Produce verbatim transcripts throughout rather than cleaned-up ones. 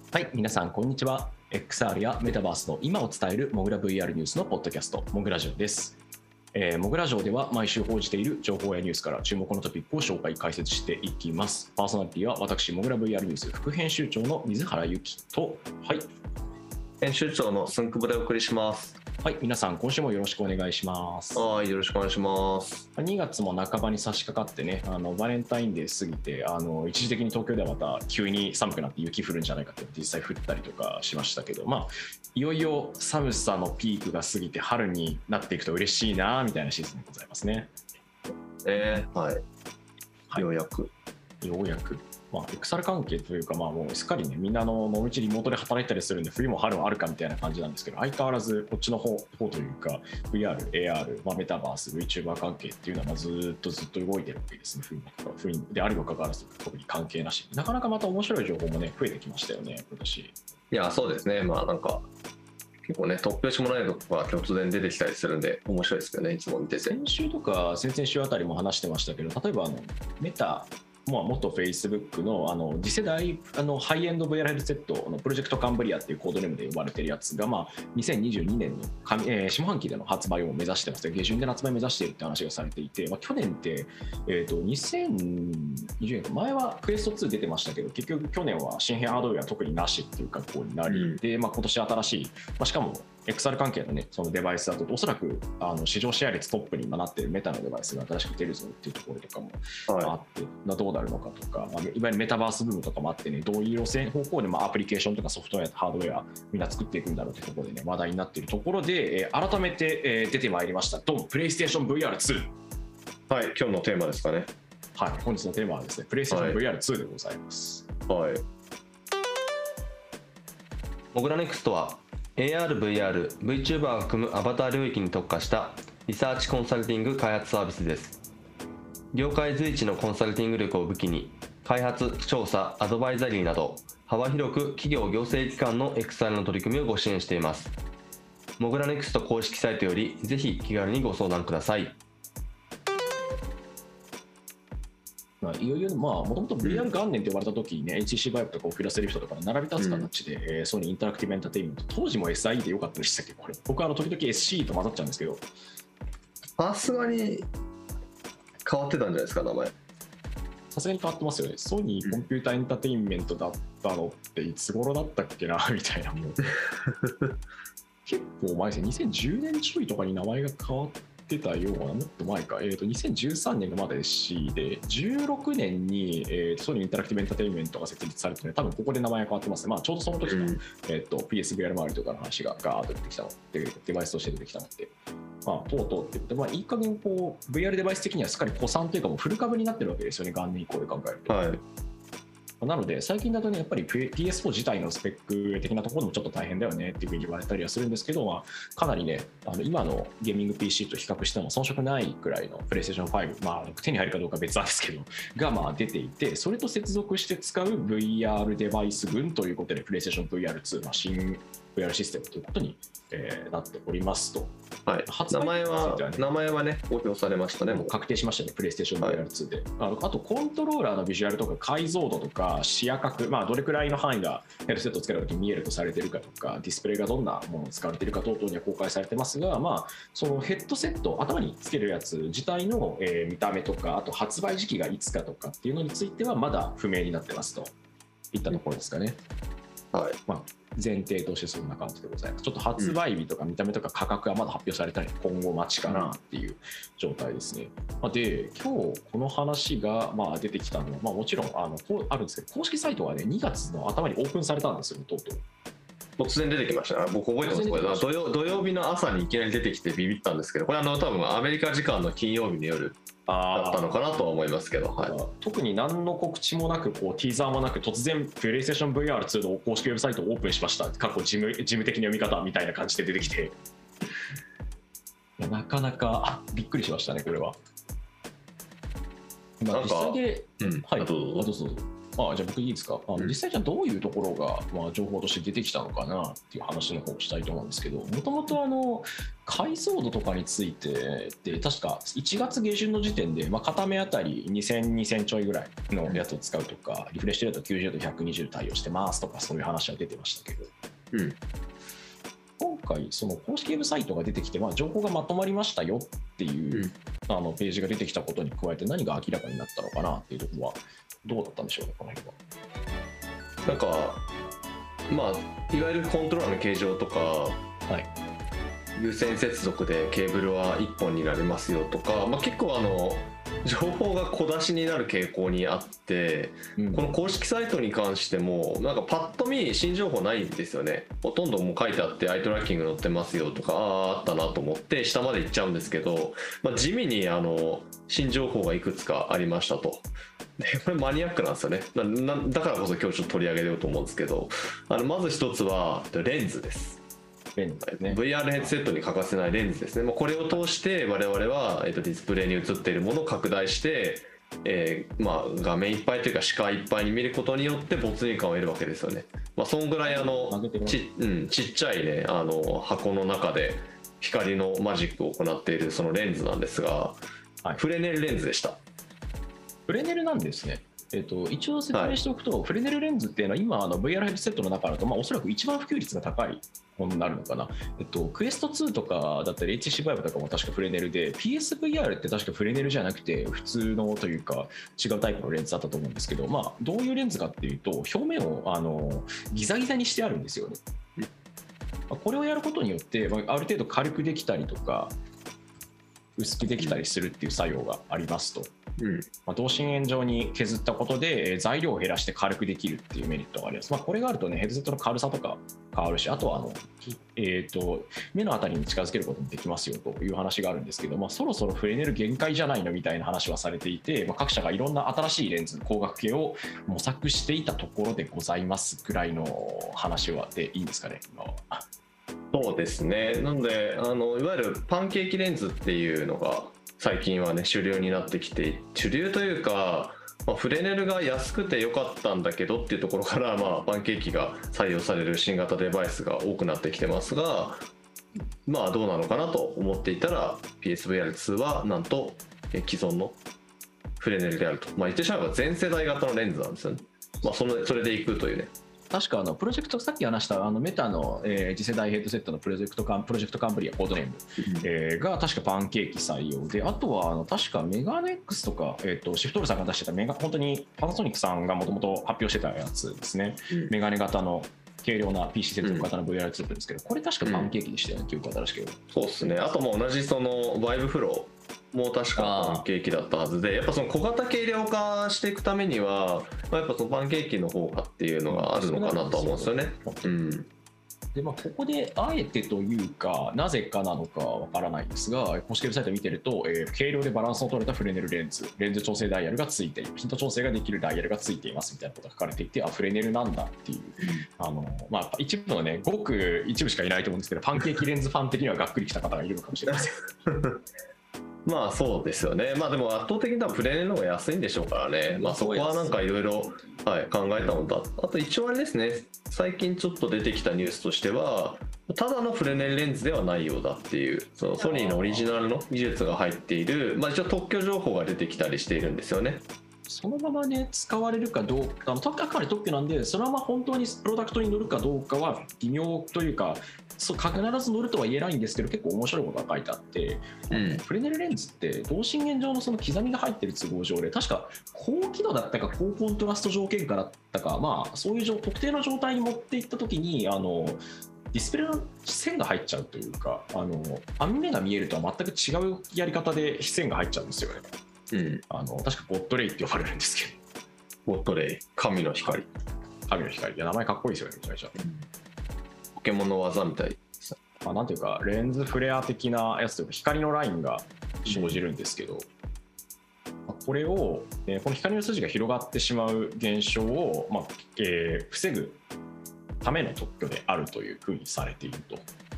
はい、皆さんこんにちは。 エックスアール やメタバースの今を伝えるモグラ ブイアール ニュースのポッドキャストモグラジオです。えー、モグラジオでは毎週報じている情報やニュースから注目のトピックを紹介解説していきます。パーソナリティは私モグラ ブイアール ニュース副編集長の水原由紀と、はい、 編集長のスンクブでお送りします。 はい、皆さん今週もよろしくお願いします。 はい、よろしくお願いします。 にがつも半ばに差し掛かってね、あのバレンタインデー過ぎて、あの一時的に東京ではまた急に寒くなって雪降るんじゃないかって実際降ったりとかしましたけど、まあいよいよ寒さのピークが過ぎて春になっていくと嬉しいなみたいなシーズンでございますね。 えー、はい、 はい、 ようやくようやくまあ、エクサル関係というか、まあ、もうすっかりね、みんなののうちリモートで働いたりするんで、冬も春もあるかみたいな感じなんですけど、相変わらずこっちの方方というか、ブイアール、エーアール、まあ、メタバース、VTuber 関係っていうのはまあずっとずっと動いてるわけですね。冬冬であるにもかかわらず、特に関係なし。なかなかまた面白い情報もね、増えてきましたよね、今年。 いや、そうですね、まあなんか、結構ね、突拍子もないのが突然出てきたりするんで、面白いですよね、いつも見てて。 先週とか先々週あたりも話してましたけど、例えばあのメタ、まあ、元 Facebook の, あの次世代あのハイエンド ブイアール ヘッドセットのプロジェクトカンブリアっていうコードネームで呼ばれてるやつが、まあ、にせんにじゅうにねんの上、えー、下半期での発売を目指してます。下旬での発売を目指しているって話がされていて、まあ、去年って、えー、とにせんにじゅうねん前はクエストツー出てましたけど、結局去年は新編ハードウェア特になしっていう格好になり、うん、で、まあ、今年新しい、まあ、しかもエックスアール 関係のね、そのデバイスだと、おそらくあの市場シェア率トップになっているメタのデバイスが新しく出るぞっていうところとかもあって、はい、どうなるのかとか、まあ、いわゆるメタバースブームとかもあってね、どういう路線方向でもアプリケーションとかソフトウェア、ハードウェア、みんな作っていくんだろうってところでね、話題になっているところで、えー、改めて、えー、出てまいりました。ドン、プレイステーション ブイアールツー。 はい、今日のテーマですかね。 はい、本日のテーマはですね、プレイステーション ブイアールツー でございます。 はい。モグラネクストは、エーアール、ブイアール、VTuber を含むアバター領域に特化したリサーチコンサルティング開発サービスです。業界随一のコンサルティング力を武器に、開発、調査、アドバイザリーなど幅広く企業行政機関の エックスアール の取り組みをご支援しています。モグラネクスト公式サイトよりぜひ気軽にご相談ください。 まあ、いよいよもともと ブイアール 元年と呼ばれた時にね、うん、エイチティーシー バイブとかオキュラスリフトとか並び立つ形で、うんえー、ソニーインタラクティブエンターテインメント、当時も エスアイ でよかったでしたっけ、これ。僕はあの時々 エスシー と混ざっちゃうんですけど。 さすがに変わってたんじゃないですか、名前。 さすがに変わってますよね。ソニーコンピューターエンターテインメントだったのっていつ頃だったっけなみたいな。もう結構前ですね。にせんじゅうねんちょいとかに名前が変わって出たような、もっと前か、えー、とにせんじゅうさんねんがまだ エスシー で、じゅうろくねんに、えー、とソニーインタラクティブエンターテインメントが設立されて、ね、多分ここで名前が変わってますね。まあ、ちょうどその時の、うんえー、と ピーエスブイアール 周りとかの話がガーッと出てきたので、デバイスとして出てきたので、まあ、とうとうって言って、まあ、いい加減こう ブイアール デバイス的にはすっかり古参というか、もうフル株になってるわけですよね、元年以降で考えると。はいなので最近だとね、やっぱり ピーエスフォー 自体のスペック的なところでもちょっと大変だよねっていうふうに言われたりはするんですけど、まあ、かなりね、あの今のゲーミング ピーシー と比較しても遜色ないくらいのプレイステーションファイブ、まあ、手に入るかどうかは別なんですけど、がまあ出ていて、それと接続して使う ブイアール デバイス群ということで、プレイステーション ブイアールツー、まあ、新 ブイアール システムということに、えー、なっておりますと。 はい、名前は、ね、名前はね、公表されましたね。もう確定しましたね、プレイステーション ブイアールツー で。はい、あ, あと、コントローラーのビジュアルとか解像度とか視野角、まあ、どれくらいの範囲がヘルセットをつけたときに見えるとされているかとか、ディスプレイがどんなものを使われているか等々には公開されてますが、まあ、そのヘッドセット、頭につけるやつ自体の、えー、見た目とか、あと発売時期がいつかとかっていうのについては、まだ不明になってますといったところですかね。 はいまあ、前提としてそんな感じでございます。ちょっと発売日とか見た目とか価格はまだ発表されたり、今後待ちかなっていう状態ですね。で、今日この話がまあ出てきたのは、まあ、もちろんあのこうあるんですけど、公式サイトがねにがつの頭にオープンされたんですよ、とうとう。 突然出てきましたね。僕覚えてます。これ土曜、土曜日の朝にいきなり出てきてビビったんですけど、これあの多分アメリカ時間の金曜日の夜だったのかなとは思いますけど、はい、 特に何の告知もなく、こうティーザーもなく、突然プレイステーション ブイアールツー の公式ウェブサイトをオープンしました、過去事務、事務的な読み方みたいな感じで出てきてなかなかびっくりしましたね、これは。まあ、実際で、うん、はい、あどうぞ。 あじゃあ僕いいですか。あのうん実際じゃあどういうところが、まあ、情報として出てきたのかなっていう話の方をしたいと思うんですけど、もともとあの解像度とかについてって確かいちがつ下旬の時点で、まあ、片目あたりにせん、にせんちょいぐらいのやつを使うとか、リフレッシュレートきゅうじゅうどひゃくにじゅう対応してますとか、そういう話は出てましたけど、 うん、 今回その公式ウェブサイトが出てきて、まあ、情報がまとまりましたよっていう、 うんあのページが出てきたことに加えて何が明らかになったのかなっていうところはどうだったんでしょうね、この辺は。 なんかまあいわゆるコントローラーの形状とか、 はい、 有線接続でケーブルはいっぽんになりますよとか、まあ、結構あの情報が小出しになる傾向にあって、うん、この公式サイトに関してもなんかパッと見新情報ないんですよね。ほとんどもう書いてあってアイトラッキング載ってますよとか、あああったなと思って下まで行っちゃうんですけど、まあ、地味にあの新情報がいくつかありましたと。でこれマニアックなんですよね。ななだからこそ今日ちょっと取り上げようと思うんですけど、あのまず一つはレンズです。 レンズですね、 ブイアール ヘッドセットに欠かせないレンズですね。まあ、これを通して我々は、えー、とディスプレイに映っているものを拡大して、えーまあ、画面いっぱいというか視界いっぱいに見ることによって没入感を得るわけですよね。まあ、そんぐらいあの ち,、うん、ちっちゃいねあの箱の中で光のマジックを行っているそのレンズなんですが、はい、フレネルレンズでした。 フレネルなんですね。えー、と一応説明しておくと、はい、フレネルレンズっていうのは今あの ブイアール ヘッドセットの中だと、まあ、おそらく一番普及率が高いものになるのかな。えっと、クエストツーとかだったり エイチシーファイブ とかも確かフレネルで ピーエスブイアール って確かフレネルじゃなくて普通のというか違うタイプのレンズだったと思うんですけど、まあ、どういうレンズかっていうと表面をあのギザギザにしてあるんですよね。これをやることによって、まあ、ある程度軽くできたりとか薄くできたりするっていう作用がありますと。うんまあ、同心円状に削ったことで材料を減らして軽くできるっていうメリットがあります。まあ、これがあるとねヘッドセットの軽さとか変わるし、あとはあの、えー、と目のあたりに近づけることもできますよという話があるんですけど、まあ、そろそろフレネル限界じゃないのみたいな話はされていて、まあ、各社がいろんな新しいレンズ光学系を模索していたところでございますくらいの話はでいいんですかね今は。 そうですね。なのであのいわゆるパンケーキレンズっていうのが最近はね主流になってきて、主流というか、まあ、フレネルが安くて良かったんだけどっていうところから、まあ、パンケーキが採用される新型デバイスが多くなってきてますが、まあどうなのかなと思っていたら ピーエスブイアールツー はなんと既存のフレネルであると。まあ言ってしまえば全世代型のレンズなんですよね。まあそのそれでいくというね。 確かあのプロジェクトさっき話したあのメタの、えー、次世代ヘッドセットのプロジェクトカンプロジェクトカンブリアコードネーム、うんえー、が確かパンケーキ採用で、あとはあの確かメガネ X とか、えー、とシフトールさんが出してたメガ本当にパナソニックさんがもともと発表してたやつですね、うん、メガネ型の軽量な ピーシー 接続型の ブイアール ツーですけど、これ確かパンケーキでしたよね、記憶新しけど。 そうですね。あとも同じそのバイブフローもう確かパンケーキだったはずで、やっぱその小型軽量化していくためには、まあ、やっぱそのパンケーキの方がっていうのがあるのかなと思うんですよね。うんでまあ、ここであえてというかなぜかなのかわからないんですが、公式ウェブサイトを見てると、えー、軽量でバランスの取れたフレネルレンズ、レンズ調整ダイヤルがついている、ピント調整ができるダイヤルがついていますみたいなことが書かれていて、あフレネルなんだっていう、あの、まあ、一部のねごく一部しかいないと思うんですけど、パンケーキレンズファン的にはがっくりきた方がいるのかもしれません。 まあそうですよね。まあでも圧倒的に多分フレネルの方が安いんでしょうからね。まあそこはなんかいろいろ考えたのと、あと一応あれですね、最近ちょっと出てきたニュースとしては、ただのフレネルレンズではないようだっていう、そのソニーのオリジナルの技術が入っている、まあ一応特許情報が出てきたりしているんですよね。 そのままね使われるかどうか、あのあくまで特許なんで、そのまま本当にプロダクトに乗るかどうかは微妙というか、そう必ず乗るとは言えないんですけど、結構面白いことが書いてあって、うん、フレネルレンズって同心円状のその刻みが入ってる都合上で、確か高輝度だったか高コントラスト条件下だったか、まあそういう特定の状態に持っていったときに、あのディスプレイの線が入っちゃうというか、あの網目が見えるとは全く違うやり方で線が入っちゃうんですよね。うん、あの確かゴッドレイって呼ばれるんですけど。ゴッドレイ、神の光。 神の光。いや名前かっこいいですよね、めちゃめちゃ。 ポケモンの技みたい。 まあ、なんていうかレンズフレア的なやつというか光のラインが生じるんですけど、うん、これを、えー、この光の筋が広がってしまう現象を、まあえー、防ぐための特許であるというふうにされていると。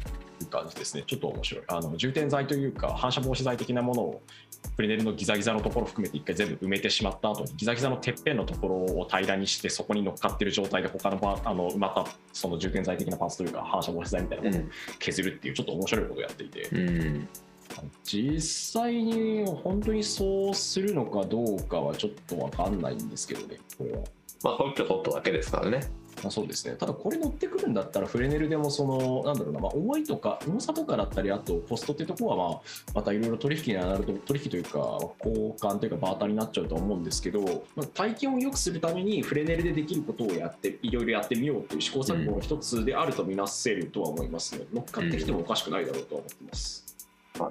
いう感じですね。ちょっと面白い。あの充填剤というか反射防止剤的なものをフレネルのギザギザのところ含めて一回全部埋めてしまった後にギザギザのてっぺんのところを平らにしてそこに乗っかってる状態で他のパあの埋まったその充填剤的なパーツというか反射防止剤みたいなものを削るっていうちょっと面白いことをやっていて、 うん、 実際に本当にそうするのかどうかはちょっと分かんないんですけどね、これは。 まあ特許取っただけですからね。 まあ、そうですね。ただこれ乗ってくるんだったらフレネルでもそのなんだろうな、まあ、重いとか重さとかだったりあとコストっていうところはまあまたいろいろ取引になると取引というか交換というかバーターになっちゃうと思うんですけど、まあ、体験を良くするためにフレネルでできることをやっていろいろやってみようという試行錯誤の一つであるとみなせるとは思いますので、乗っかってきてもおかしくないだろうとは思ってます。 うん、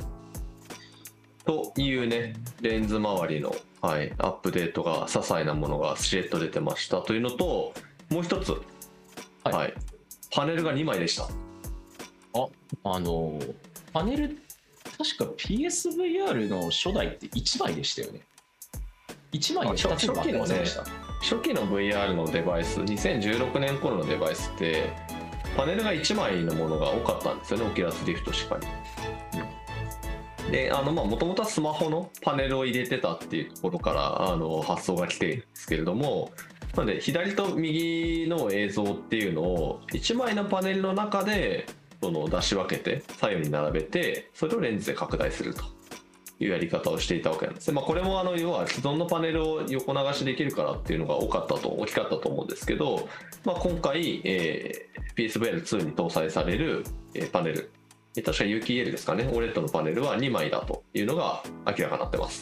というねレンズ周りの、はい、アップデートが些細なものがしれっと出てましたというのと、もう一つ、はいはい、パネルがにまいでした。 あ、あのパネル確か ピーエスブイアール の初代っていちまいでしたよね。いちまいでふたつに分けませんでした。 初期の ブイアール のデバイス、にせんじゅうろくねん頃のデバイスってパネルがいちまいのものが多かったんですよね、オキュラスリフトしかり。で、あのまあもともとはスマホのパネルを入れてたっていうところからあの発想が来ているんですけれども、なので左と右の映像っていうのをいちまいのパネルの中でその出し分けて左右に並べてそれをレンズで拡大するというやり方をしていたわけなんです。まあ、これもあの要は既存のパネルを横流しできるからっていうのが多かったと大きかったと思うんですけど、まあ、今回、えー、ピーエスブイアールツー に搭載される、えー、パネル、確か ユーキーエル ですかね、オレッドのパネルはにまいだというのが明らかになってます。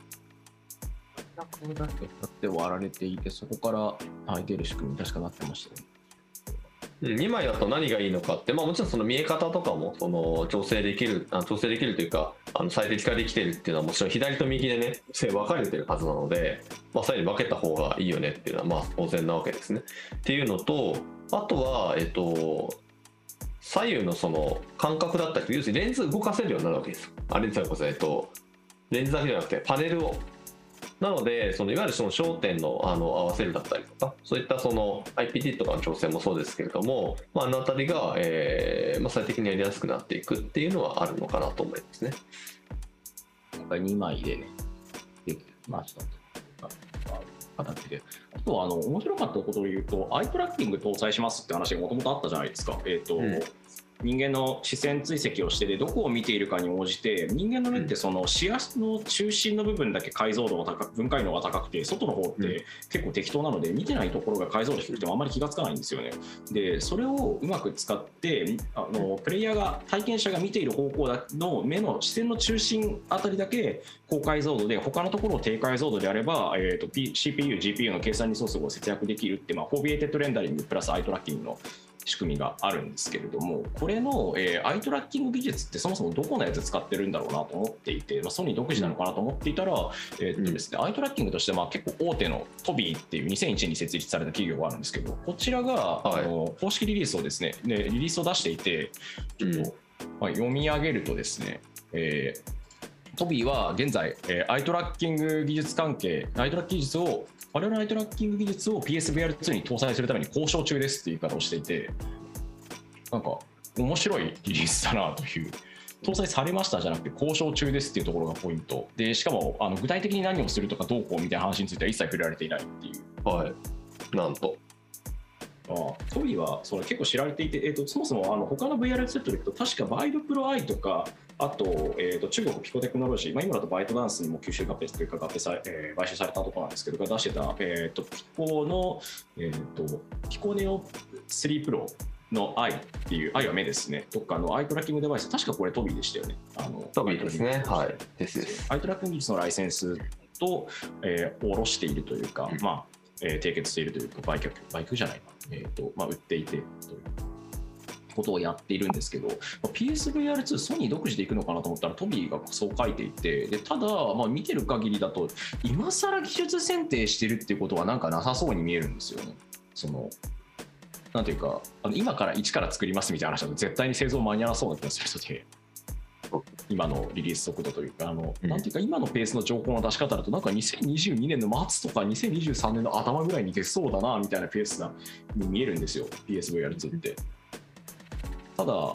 これだけだって割られていてそこから、はい、出る仕組みに確かなってましたね。 にまいだと何がいいのかって、まあ、もちろんその見え方とかもその調整できるあ調整できるというかあの最適化できてるっていうのはもちろん左と右でね分かれてるはずなので、まあ、左右に分けた方がいいよねっていうのはまあ当然なわけですね。っていうのと、あとはえっと左右のその感覚だったり要するにレンズ動かせるようになるわけですよ。あレンズだけえっとレンズだけじゃなくてパネルを。なのでそのいわゆるその焦点のあの合わせるだったりとかそういったその アイピーティー とかの調整もそうですけれども、まあ、あの辺りが、えーまあ、最適にやりやすくなっていくっていうのはあるのかなと思いますね。 今回にまいでねできましたと形で、あとはあの面白かったことを言うとアイトラッキング搭載しますって話がもともとあったじゃないですか。えーとうん人間の視線追跡をしてでどこを見ているかに応じて人間の目ってその視野の中心の部分だけ解像度が高く分解能が高くて外の方って結構適当なので見てないところが解像度低くてもあんまり気がつかないんですよね。でそれをうまく使ってあのプレイヤーが体験者が見ている方向の目の視線の中心あたりだけ高解像度で他のところを低解像度であれば、えー、と シーピーユー、ジーピーユー の計算リソースを節約できるって、まあ、フォービエイテッドレンダリングプラスアイトラッキングの仕組みがあるんですけれども、これの、えー、アイトラッキング技術ってそもそもどこのやつ使ってるんだろうなと思っていて、まあ、ソニー独自なのかなと思っていたら、えーっとですね、アイトラッキングとしてはまあ結構大手のトビーっていうにせんいちねんに設立された企業があるんですけど、こちらが、はい、あの公式リリースをですね、ねリリースを出していてちょっと、うんまあ、読み上げるとですね、えー、トビーは現在、えー、アイトラッキング技術関係アイトラッキング技術を我々のアイトラッキング技術を ピーエスブイアールツー に搭載するために交渉中ですっていう言い方をしていて、なんか面白いリリースだなという。搭載されましたじゃなくて交渉中ですっていうところがポイントで、しかもあの具体的に何をするとかどうこうみたいな話については一切触れられていないっていう。 はい、なんとああトビーはそれ結構知られていて、えー、とそもそもあの他の ブイアール セットでいくと確かバイドプロ アイ とかあと,、えー、と中国ピコテクノロジー、まあ、今だとバイトダンスにも吸収合併というか合併され、えー、買収されたところなんですけどが出してた、えー、とピコの、えー、とピコネオスリープロの アイ っていう アイ は目ですねとかのアイトラッキングデバイス、確かこれトビーでしたよね。あのトビーですね。はいですです。 アイトラッキング技術のライセンスと、えー、下ろしているというか、うん、まあ、えー、締結しているというか売却売却じゃないな、えーとまあ、売っていてということをやっているんですけど、 ピーエスブイアールツー ソニー独自でいくのかなと思ったらトビーがそう書いていて、でただ、まあ、見てる限りだと今更技術選定してるっていうことはなんかなさそうに見えるんですよね。そのなんていうかあの今から一から作りますみたいな話だと絶対に製造間に合わなそうな気がするので、今のリリース速度というかあの、うん、なんていうか今のペースの情報の出し方だとなんかにせんにじゅうにねんの末とかにせんにじゅうさんねんの頭ぐらいに出そうだなみたいなペースに見えるんですよ ピーエスブイアールツー って。ただ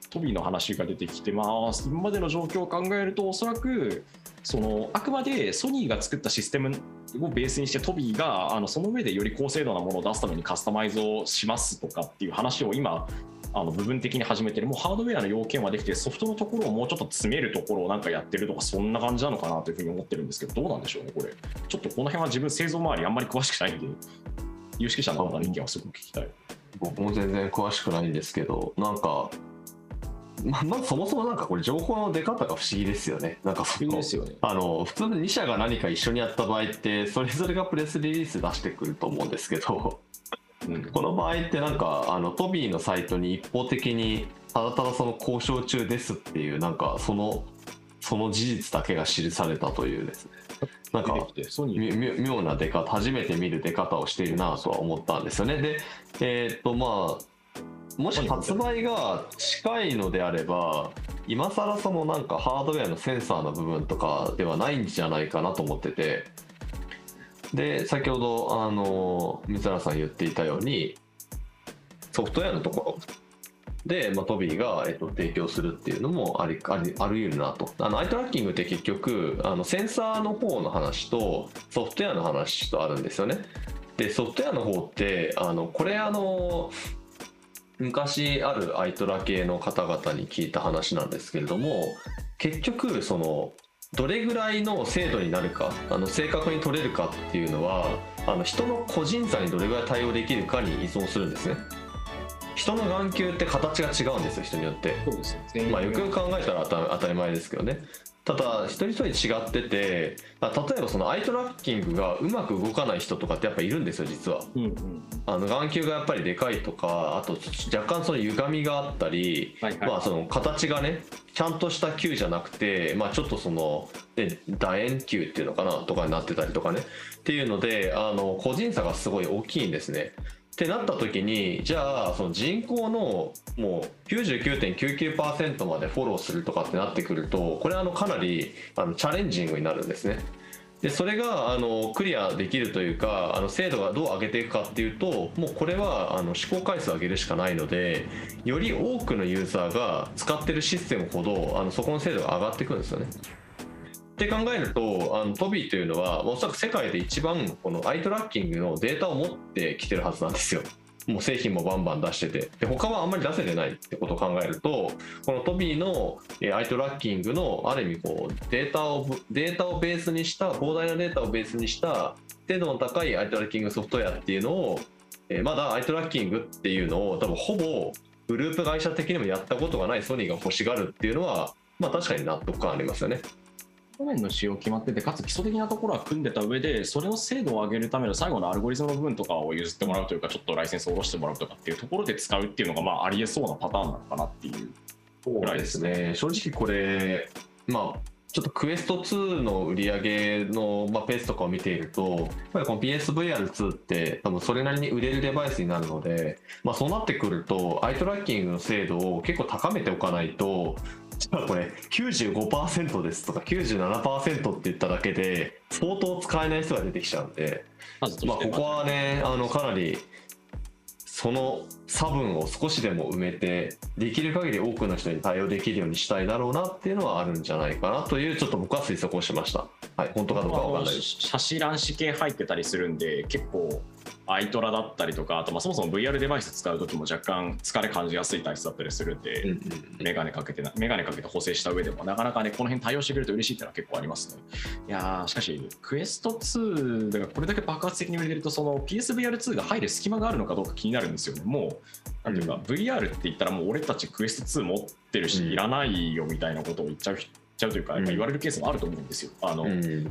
トビーの話が出てきて、まあ、今までの状況を考えるとおそらくそのあくまでソニーが作ったシステムをベースにしてトビーがあのその上でより高精度なものを出すためにカスタマイズをしますとかっていう話を今あの部分的に始めてる。もうハードウェアの要件はできてソフトのところをもうちょっと詰めるところをなんかやってるとかそんな感じなのかなというふうに思ってるんですけど、どうなんでしょうねこれ。ちょっとこの辺は自分製造周りあんまり詳しくないんで有識者の方の意見はすごく聞きたい。 僕も全然詳しくないんですけど、なんかままずそもそもなんかこれ情報の出方が不思議ですよね。なんかそのですよね。 あの普通にに社が何か一緒にやった場合ってそれぞれがプレスリリース出してくると思うんですけど、うん、この場合ってなんかあのトビーのサイトに一方的にただただその交渉中ですっていうなんかそのその事実だけが記されたというですね、なんか妙な出方、初めて見る出方をしているなとは思ったんですよね。で、えー、っとまあもし発売が近いのであれば今更そのなんかハードウェアのセンサーの部分とかではないんじゃないかなと思ってて、で先ほどあの水原さん言っていたようにソフトウェアのところで、まあ、トビーが、えっと、提供するっていうのもありありあり得るなと。あのアイトラッキングって結局あのセンサーの方の話とソフトウェアの話とあるんですよね。でソフトウェアの方ってあのこれあの昔あるアイトラ系の方々に聞いた話なんですけれども、結局そのどれぐらいの精度になるか、あの正確に取れるかっていうのはあの人の個人差にどれぐらい対応できるかに依存するんですね。人の眼球って形が違うんですよ、人によって。 そうですね。 まあよくよく考えたら当たり前ですけどね。ただ一人一人違ってて、例えばそのアイトラッキングがうまく動かない人とかってやっぱいるんですよ実は、うんうん、あの眼球がやっぱりでかいとか、あと若干その歪みがあったり、はいはい、まあその形がねちゃんとした球じゃなくて、まあ、ちょっとその楕円球っていうのかなとかになってたりとかねっていうので、あの個人差がすごい大きいんですね。ってなった時にじゃあその人口のもう きゅうじゅうきゅうてんきゅうきゅうパーセント までフォローするとかってなってくると、これはあのかなりあのチャレンジングになるんですね。でそれがあのクリアできるというか、あの精度がどう上げていくかっていうと、もうこれはあの試行回数を上げるしかないので、より多くのユーザーが使ってるシステムほどあのそこの精度が上がっていくんですよね。って考えるとあのトビーというのはおそらく世界で一番このアイトラッキングのデータを持ってきてるはずなんですよ。もう製品もバンバン出してて、で他はあんまり出せてないってことを考えると、このトビーのアイトラッキングのある意味こうデータをデータをベースにした膨大なデータをベースにした精度の高いアイトラッキングソフトウェアっていうのを、えまだアイトラッキングっていうのを多分ほぼグループ会社的にもやったことがないソニーが欲しがるっていうのは、まあ確かに納得感ありますよね。 去年の仕様決まってて、かつ基礎的なところは組んでた上で、それの精度を上げるための最後のアルゴリズムの部分とかを譲ってもらうというか、ちょっとライセンスを下ろしてもらうとかっていうところで使うっていうのがまあありえそうなパターンなのかなっていうぐらいですね。 正直これまあちょっとクエストツーの売り上げの、まあ、ペースとかを見ていると、やっぱりこの ピーエスブイアールツー って多分それなりに売れるデバイスになるので、まあ、そうなってくるとアイトラッキングの精度を結構高めておかないと、じゃあこれ きゅうじゅうごパーセント ですとか きゅうじゅうななパーセント って言っただけで相当使えない人が出てきちゃうんで、まあ、ここはねあのかなりその差分を少しでも埋めてできる限り多くの人に対応できるようにしたいだろうなっていうのはあるんじゃないかなという、ちょっと僕は推測をしました。はい、本当かどうかは分かんないです。 写真乱視系入ってたりするんで、結構アイトラだったりとか、あとまあそもそも ブイアール デバイス使う時も若干疲れ感じやすい体質だったりするんで、うんうん、メガネかけてなメガネかけて補正した上でもなかなかねこの辺対応してくれると嬉しいっていうのは結構ありますね。いやーしかしクエストツーだからこれだけ爆発的に売れてると、その ピーエスブイアールツー が入る隙間があるのかどうか気になるんですよね。もうなんていうか、うん、ブイアール って言ったらもう俺たちクエストツー持ってるし、うん、いらないよみたいなことを言っちゃう人ちゃうというか、言われるケースもあると思うんですよ。あの、うん、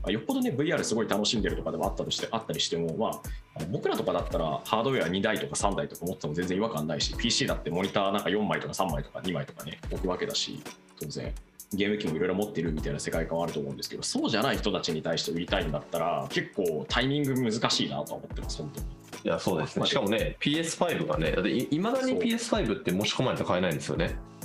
よっぽどね ブイアール すごい楽しんでるとかでもあったとしてあったりしても、まあ、僕らとかだったらハードウェアにだいとかさんだいとか持ってても全然違和感ないし、 ピーシー だってモニターなんかよんまいとかさんまいとかにまいとかね置くわけだし、当然ゲーム機もいろいろ持ってるみたいな世界観はあると思うんですけど、そうじゃない人たちに対して売りたいんだったら結構タイミング難しいなと思ってます本当に。 いやそうですね。しかもね ピーエスファイブ がねだっていまだに ピーエスファイブ って申し込まれて買えないんですよね。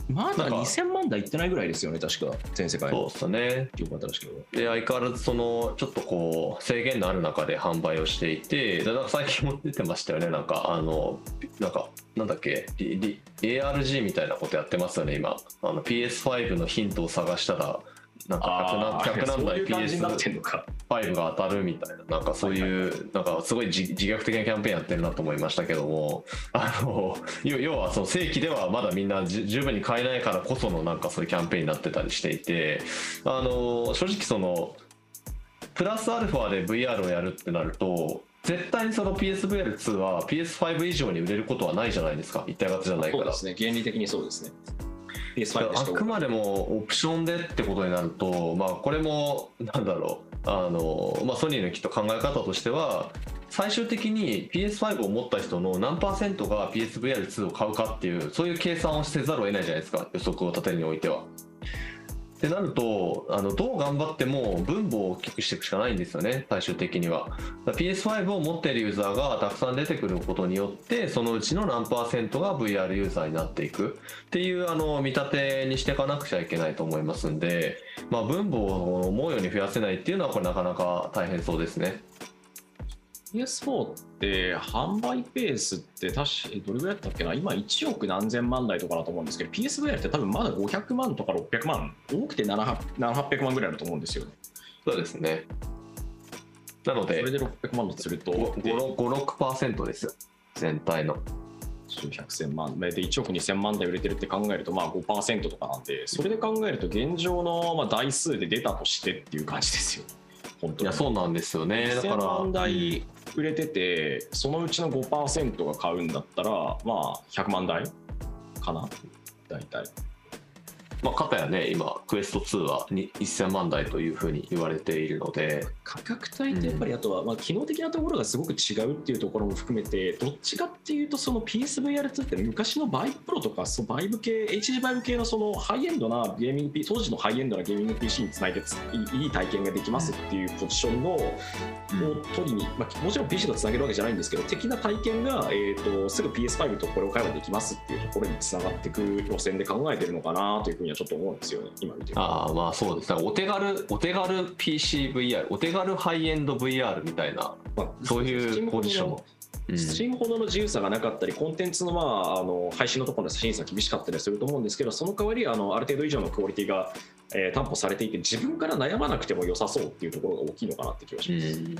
まだにせんまん台いってないぐらいですよね、確か全世界そうですね。 よかったですけど。 で相変わらずそのちょっとこう制限のある中で販売をしていて、だから最近も出てましたよね。なんかあのなんかなんだっけ エーアールジー みたいなことやってますよね今。あの ピーエスファイブ のヒントを探したらなんかひゃく何台 ピーエスファイブ が当たるみたいな、なんかそういうなんかすごい自自虐的なキャンペーンやってるなと思いましたけども、あの要要はその正規ではまだみんな十分に買えないからこそのなんかそういうキャンペーンになってたりしていて、あの正直そのプラスアルファで ブイアール をやるってなると絶対にその ピーエスブイアールツー は ピーエスファイブ 以上に売れることはないじゃないですか、一体型じゃないから。 そうですね、原理的にそうですね。ピーエスファイブあくまでもオプションでってことになると、まあ、これもなんだろう、あの、まあ、ソニーのきっと考え方としては最終的に ピーエスファイブ を持った人の何パーセントが ピーエスブイアールツー を買うかっていう、そういう計算をせざるを得ないじゃないですか、予測を立てるにおいては。ってなると、あのどう頑張っても分母を大きくしていくしかないんですよね、最終的には。ピーエスファイブ を持っているユーザーがたくさん出てくることによって、そのうちの何パーセントが ブイアール ユーザーになっていくっていうあの見立てにしていかなくちゃいけないと思いますんで、まあ、分母を思うように増やせないっていうのはこれなかなか大変そうですね。 ピーエスフォー って販売ペースって確かどれぐらいだったっけな、今いちおく何千万台とかだと思うんですけど、 ピーエスブイアール って多分まだごひゃくまんとかろっぴゃくまん、多くてななひゃく、はっぴゃくまんぐらいだと思うんですよね。 そうですね。なのでそれでろっぴゃくまんとするとご、ろくパーセント ですよ、全体の。 数百千万でいちおくにせんまん台売れてるって考えるとまあ ごパーセント とかなんで、それで考えると現状のまあ台数で出たとしてっていう感じですよ。本当にいやそうなんですよね。だからせんまん台売れてて、そのうちの ごパーセント が買うんだったらまあひゃくまん台かな大体。 まあ、かたやね今クエストツーはせんまん台というふうに言われているので、 価格帯とやっぱりあとは、まあ、機能的なところがすごく違うっていうところも含めて、どっちかっていうとその ピーエスブイアールツー って昔のバイブプロとかそうバイブ系 エイチディー バイブ系のそのハイエンドなゲーミング 当時のハイエンドなゲーミング ピーシー につないでいい体験ができますっていうポジションのを取りに、まあ、もちろん ピーシー とつなげるわけじゃないんですけど、的な体験が、えー、とすぐ ピーエスファイブ とこれを買えばできますっていうところにつながっていく路線で考えてるのかなというふうにはちょっと思うんですよね、今見てる。 ああまあそうです。だからお手軽お手軽 ピーシーブイアール、 お手軽ハイエンド ブイアール みたいな、まあ、そういうポジションも。 スチームほどの自由さがなかったり、コンテンツの,、まあ、あの配信のところの審査厳しかったりすると思うんですけど、その代わりあのある程度以上のクオリティが、えー、担保されていて、自分から悩まなくても良さそうっていうところが大きいのかなって気がします。うん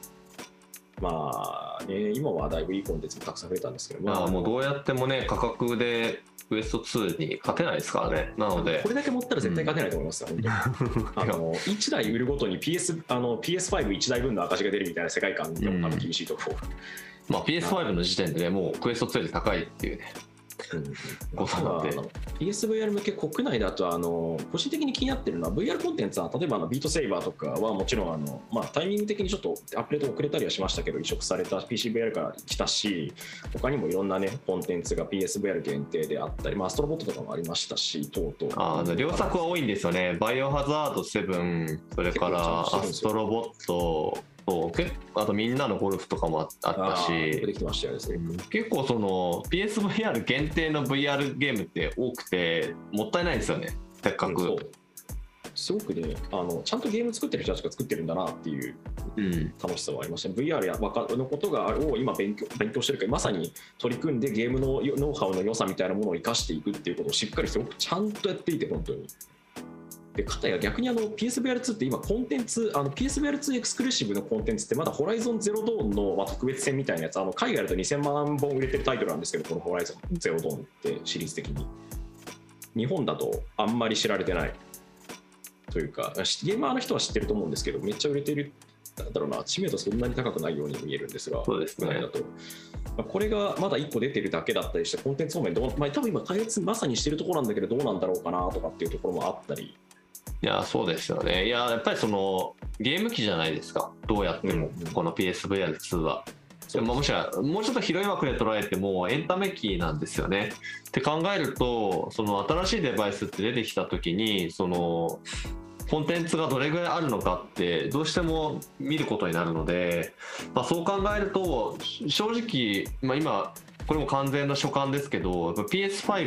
まあね、今はだいぶいいコンテンツもたくさん増えたんですけど、まあ、 もうどうやってもね価格でクエストツーに勝てないですからね。なのでこれだけ持ったら絶対勝てないと思いますよ、うん、本当にあのいちだい売るごとに ピーエス あの ピーエスファイブいち 台分の赤字が出るみたいな世界観でも多分厳しいと思う、うんまあ、ピーエスファイブ の時点でねもうクエストツーより高いっていうね、 うん、ことなので ピーエスブイアール 向け国内だとあの個人的に気になってるのは ブイアール コンテンツは例えばあのビートセイバーとかはもちろんあの、まあ、タイミング的にちょっとアップデート遅れたりはしましたけど移植された ピーシーブイアール から来たし、他にもいろんなねコンテンツが ピーエスブイアール 限定であったり、まあ、アストロボットとかもありましたし等々。 あの両作は多いんですよね。バイオハザードセブン、それからアストロボット、あとみんなのゴルフとかもあったし、 出てきてましたよね、 うん、結構その ピーエスブイアール 限定の ブイアール ゲームって多くてもったいないですよね、せっかく、うん、 すごくねあのちゃんとゲーム作ってる人たちが作ってるんだなっていう楽しさはありましたね、うん、ブイアール やのことがを今勉強勉強してるからまさに取り組んでゲームのノウハウの良さみたいなものを生かしていくっていうことをしっかりすごくちゃんとやっていて本当に。でかたや逆にあの ピーエスブイアールツー って今コンテンツあの ピーエスブイアールツー エクスクルーシブのコンテンツってまだホライゾンゼロドーンのまあ特別戦みたいなやつ、あの海外だとにせんまんぼん売れてるタイトルなんですけど、このホライゾンゼロドーンってシリーズ的に日本だとあんまり知られてないというか、ゲーマーの人は知ってると思うんですけどめっちゃ売れてるなんだろうな、知名度そんなに高くないように見えるんですが、 そうですね、 だとこれがまだいっこ出てるだけだったりしてコンテンツ方面どう、まあ、多分今開発まさにしてるところなんだけどどうなんだろうかなとかっていうところもあったり。 いやそうですよね。いややっぱりそのゲーム機じゃないですか、どうやっても、うん、この ピーエスブイアールツー は。でももしろもうちょっと広い枠で捉えてもエンタメ機なんですよね。って考えるとその新しいデバイスって出てきた時にそのコンテンツがどれぐらいあるのかってどうしても見ることになるので、まあ、そう考えると正直、まあ、今これも完全な所感ですけど ピーエスファイブ っ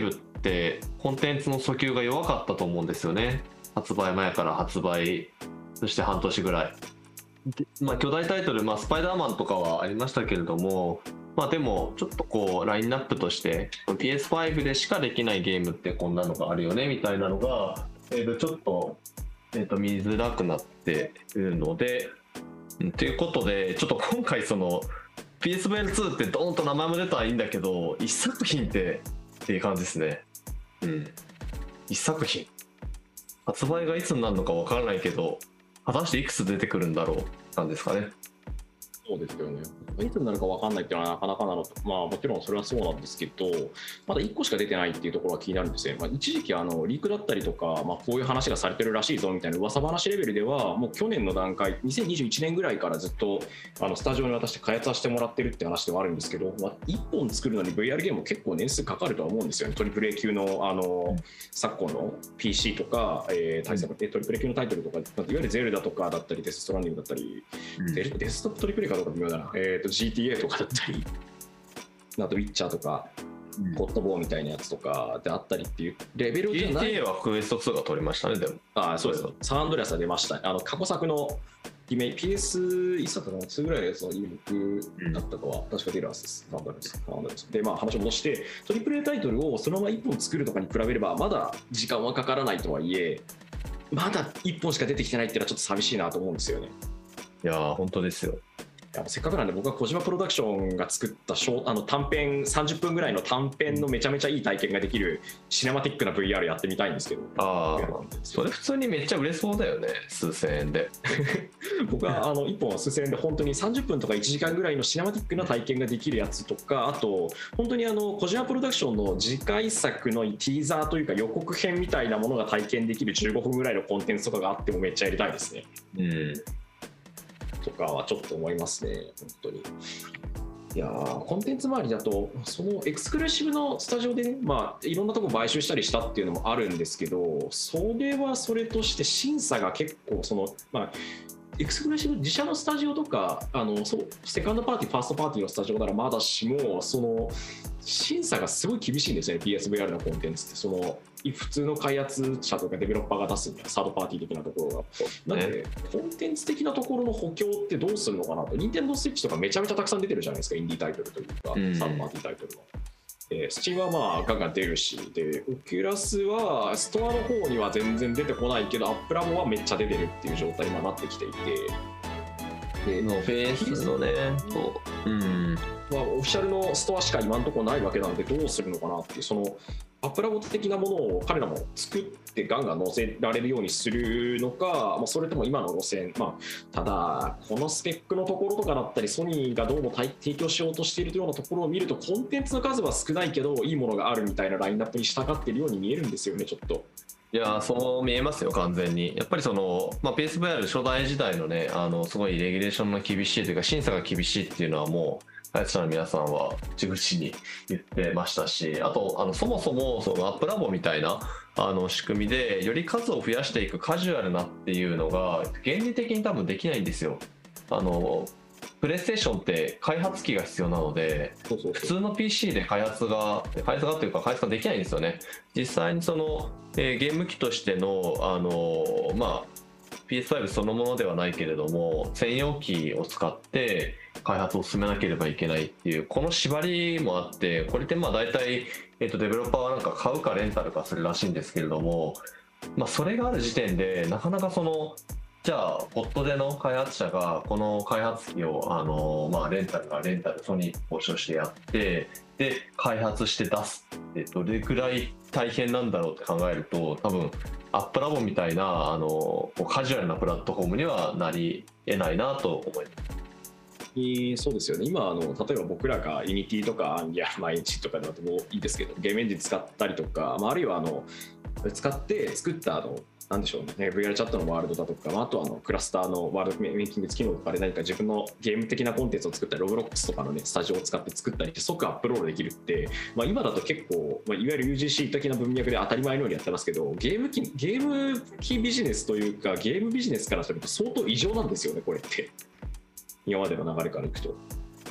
ってコンテンツの訴求が弱かったと思うんですよね。発売前から発売そして半年ぐらいで、まあ、巨大タイトル、まあ、スパイダーマンとかはありましたけれども、まあ、でもちょっとこうラインナップとして ピーエスファイブ でしかできないゲームってこんなのがあるよねみたいなのが、えー、とちょっと、えー、と見づらくなっているので、ということでちょっと今回その ピーエスブイアールツー ってドーンと名前も出たらいいんだけど一作品ってっていう感じですね。うん一作品発売がいつになるのかわからないけど果たしていくつ出てくるんだろうなんですかね。 そうですよね。いつになるか分かんないっていうのはなかなかなのと、まあ、もちろんそれはそうなんですけど、まだいっこしか出てないっていうところが気になるんですね。まあ、一時期あのリークだったりとか、まあ、こういう話がされてるらしいぞみたいな噂話レベルでは、もう去年の段階、にせんにじゅういちねんぐらいからずっとあのスタジオに渡して開発はしてもらってるって話ではあるんですけど、まあ、いっぽん作るのに ブイアール ゲームも結構年数かかるとは思うんですよね。トリプル A 級の、あの、うん、昨今の ピーシー とか、えー、対策、うん、トリプル A 級のタイトルとか、いわゆるゼルダとかだったり、デスストランディングだったり、うん、デストップトリプル A かどうか微妙だな。えージーティーエー とかだったり、あとウィッチャーとか、うん、ゴッドボーみたいなやつとかであったりっていうレベルじゃない。 ジーティーエー はクエストツーが取りましたね。でもああそうです。サンアンドレアスは出ました。あの過去作のリメイク ピーエス いつだったかな、ツーぐらいのやつのリメイクだったかは、うん、確か出るはずです。サンアンドレアス。サンアンドレアスで、まあ話を戻して、トリプル A タイトルをそのままいっぽん作るとかに比べればまだ時間はかからないとはいえ、まだいっぽんしか出てきてないっていうのはちょっと寂しいなと思うんですよね。 いやー本当ですよ。 せっかくなんで僕は小島プロダクションが作ったショーあの短編さんじゅっぷんぐらいの短編のめちゃめちゃいい体験ができるシネマティックな ブイアール やってみたいんですけど。 ああそれ普通にめっちゃ売れそうだよね、数千円で。 僕はあのいっぽん数千円で本当にさんじゅっぷんとかいちじかんぐらいのシネマティックな体験ができるやつとか、あと本当にあの小島プロダクションの次回作のティーザーというか予告編みたいなものが体験できるじゅうごふんぐらいのコンテンツとかがあってもめっちゃやりたいですね。 うんとかはちょっと思いますね、本当に。いやーコンテンツ周りだと、そのエクスクルーシブのスタジオでね、まあ、いろんなとこ買収したりしたっていうのもあるんですけど、それはそれとして審査が結構その、まあ、エクスクルーシブ自社のスタジオとか、あのそうセカンドパーティー、ファーストパーティーのスタジオならまだしも、その審査がすごい厳しいんですよね、ピーエスブイアール のコンテンツって。その普通の開発者とかデベロッパーが出すにはサードパーティー的なところが。なので、コンテンツ的なところの補強ってどうするのかなと。ニンテンドースイッチとかめちゃめちゃたくさん出てるじゃないですか、インディータイトルというか、うん、サードパーティータイトルの。えー、スチームはまあガンガン出るし、でオキュラスはストアの方には全然出てこないけど、アップラボはめっちゃ出てるっていう状態になってきていて。 でのフェースのね、そう、うんまあ、オフィシャルのストアしか今のところないわけなので、どうするのかなっていう、そのアップラボ的なものを彼らも作ってガンガン載せられるようにするのか、まあ、それとも今の路線、まあ、ただ、このスペックのところとかだったり、ソニーがどうも提供しようとしているようなところを見ると、コンテンツの数は少ないけど、いいものがあるみたいなラインナップに従っているように見えるんですよね、ちょっと。 いやそう見えますよ、完全に。やっぱりその、まあ、ピーエスブイアール 初代時代のね、あのすごいレギュレーションが厳しいというか、審査が厳しいっていうのはもう、開発者の皆さんは口々に言ってましたし、あとあのそもそもそのアップラボみたいなあの仕組みで、より数を増やしていくカジュアルなっていうのが、原理的に多分できないんですよ。あのプレイステーションって開発機が必要なので、 そうそうそう、 普通の ピーシー で開発が開発がというか開発ができないんですよね。実際にその、えー、ゲーム機としてのあのまあ ピーエスファイブ そのものではないけれども、専用機を使って開発を進めなければいけないっていうこの縛りもあって、これってまあ大体、えー、とデベロッパーはなんか買うかレンタルかするらしいんですけれども、まあ、それがある時点でなかなかそのじゃあポットでの開発者がこの開発機をあの、まあ、レンタルかレンタルソニー交渉してやってで開発して出すってどれくらい大変なんだろうって考えると、多分アップラボみたいなあのカジュアルなプラットフォームにはなり得ないなと思います。 そうですよね。今あの例えば僕らがユニティとかアンギャ毎日とかだともいいですけど、ゲームエンジン使ったりとか、まあ、あるいはあの使って作ったあのなんでしょうね、ブイアール チャットのワールドだとか、まあ、あとはあのクラスターのワールドメイキング機能とかで何か自分のゲーム的なコンテンツを作ったり、ロブロックスとかの、ね、スタジオを使って作ったりして即アップロードできるって、まあ、今だと結構、まあ、いわゆる ユージーシー 的な文脈で当たり前のようにやってますけど、ゲーム機ゲーム機ビジネスというかゲームビジネスからすると相当異常なんですよね、これって。今までの流れからいくと。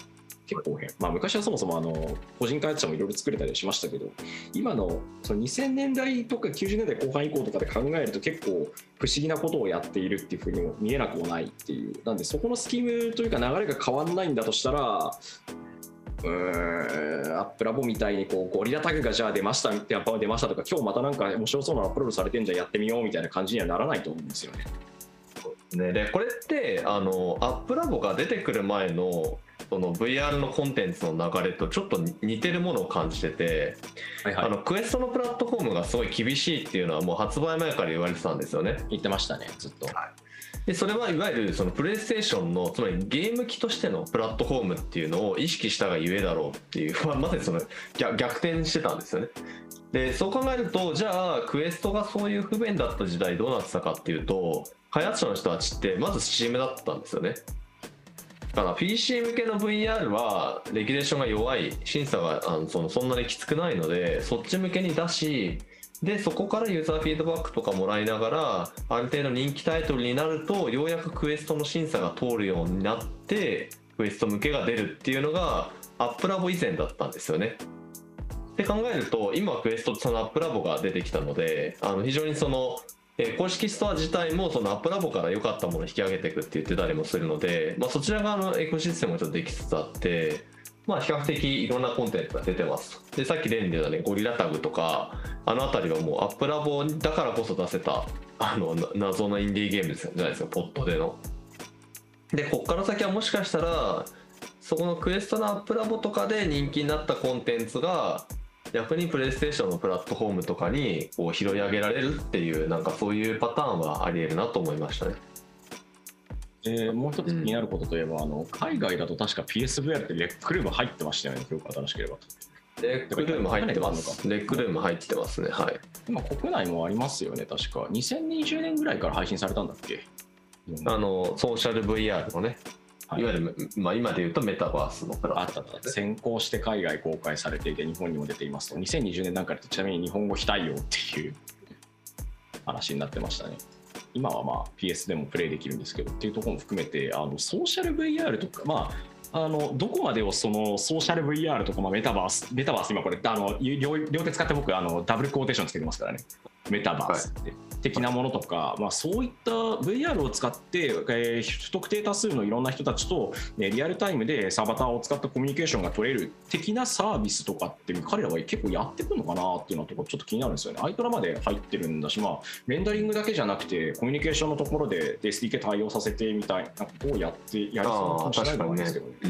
結構変、まあ、昔はそもそもあの個人開発者もいろいろ作れたりしましたけど、今のそのにせんねんだいとかきゅうじゅうねんだいこう半以降とかで考えると結構不思議なことをやっているっていうふうにも見えなくもないっていう。なんでそこのスキームというか流れが変わんないんだとしたら、うーんアップラボみたいにこうゴリラタグがじゃあ出ましたみたいな出ましたとか、今日またなんか面白そうなアップロードされてんじゃんやってみようみたいな感じにはならないと思うんですよね。 ね、でこれってあのアップラボが出てくる前のその ブイアール のコンテンツの流れとちょっと似てるものを感じてて、はいはい、あのクエストのプラットフォームがすごい厳しいっていうのはもう発売前から言われてたんですよね。 言ってましたねずっと。はい、 でそれはいわゆるそのプレイステーションのつまりゲーム機としてのプラットフォームっていうのを意識したがゆえだろうっていう、まあ、まさにその 逆, 逆転してたんですよね。でそう考えるとじゃあクエストがそういう不便だった時代どうなってたかっていうと、開発者の人たちってまず Steam だったんですよね。だから ピーシー 向けの ブイアール はレギュレーションが弱い、審査があの そ, のそんなにきつくないのでそっち向けに出し、でそこからユーザーフィードバックとかもらいながらある程度人気タイトルになるとようやくクエストの審査が通るようになってクエスト向けが出るっていうのがアップラボ以前だったんですよね。って考えると今クエストとそのアップラボが出てきたので、あの非常にその公式ストア自体もそのアップラボから良かったものを引き上げていくって言ってたりもするので、まあ、そちら側のエコシステムもちょっとできつつあって、まあ、比較的いろんなコンテンツが出てます。でさっき例に出たねゴリラタグとかあの辺りはもうアップラボだからこそ出せたあの謎のインディーゲームじゃないですか、ポットでの。でこっから先はもしかしたらそこのクエストのアップラボとかで人気になったコンテンツが逆にプレイステーションのプラットフォームとかにこう拾い上げられるっていう、なんかそういうパターンはありえるなと思いましたね。 えー、もう一つ気になることといえば、うん、あの海外だと確か ピーエスブイアール ってレックルーム入ってましたよね、記憶が正しければ。 レックルーム入ってます。レックルーム入ってますね。はい。 今国内もありますよね、確か。にせんにじゅうねんぐらいから配信されたんだっけ。 あのソーシャル ブイアール のね。いわゆる、まあ、今でいうとメタバースのプラットフォーム、 あった先行して海外公開されていて日本にも出ていますと、にせんにじゅうねん段階でちなみに日本語非対応っていう話になってましたね。今はまあ ピーエス でもプレイできるんですけどっていうところも含めて、あのソーシャル ブイアール とか、まあ、あのどこまでをそのソーシャル ブイアール とか、まあ、メタバースメタバース今これあの 両, 両手使って僕あのダブルクォーテーションつけてますからね、メタバースって、はい、的なものとか、まあ、そういった ブイアール を使って、えー、不特定多数のいろんな人たちと、ね、リアルタイムでサバターを使ったコミュニケーションが取れる的なサービスとかって彼らは結構やってくるのかなっていうのとちょっと気になるんですよね。アイトラまで入ってるんだし、まあ、レンダリングだけじゃなくてコミュニケーションのところで エスディーケー 対応させてみたいなことをやってやりそうなかもしれないんですけど、ね、 うん、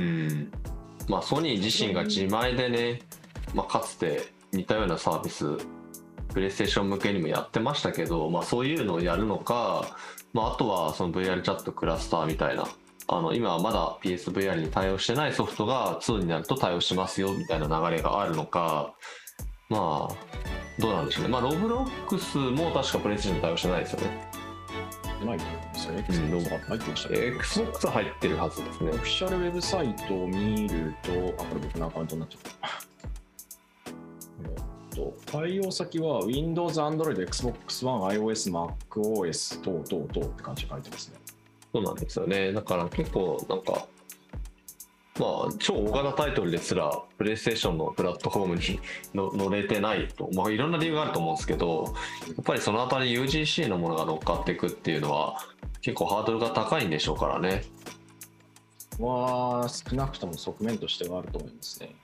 まあ、ソニー自身が自前でね、まあ、かつて似たようなサービスプレイステーション向けにもやってましたけど、まあ、そういうのをやるのか、まあ、あとはその ブイアール チャットクラスターみたいな、あの今はまだ ピーエスブイアール に対応してないソフトがツーになると対応しますよみたいな流れがあるのか、まあどうなんでしょうね。まあロブロックスも確かプレイステーションに対応してないですよね。 ないですよね。 入ってましたね。Xbox 入ってるはずですね。 オフィシャルウェブサイトを見ると、あ、これ僕のアカウントになっちゃった。対応先は Windows、Android、Xbox One、iOS、MacOS 等々々って感じで書いてますね。 そうなんですよね。だから結構なんか、まあ超大型タイトルですらプレイステーションのプラットフォームに乗れてないと、まあいろんな理由があると思うんですけど、やっぱりそのあたり ユージーシー のものが乗っかっていくっていうのは結構ハードルが高いんでしょうからね。 は少なくとも側面としてはあると思いますね。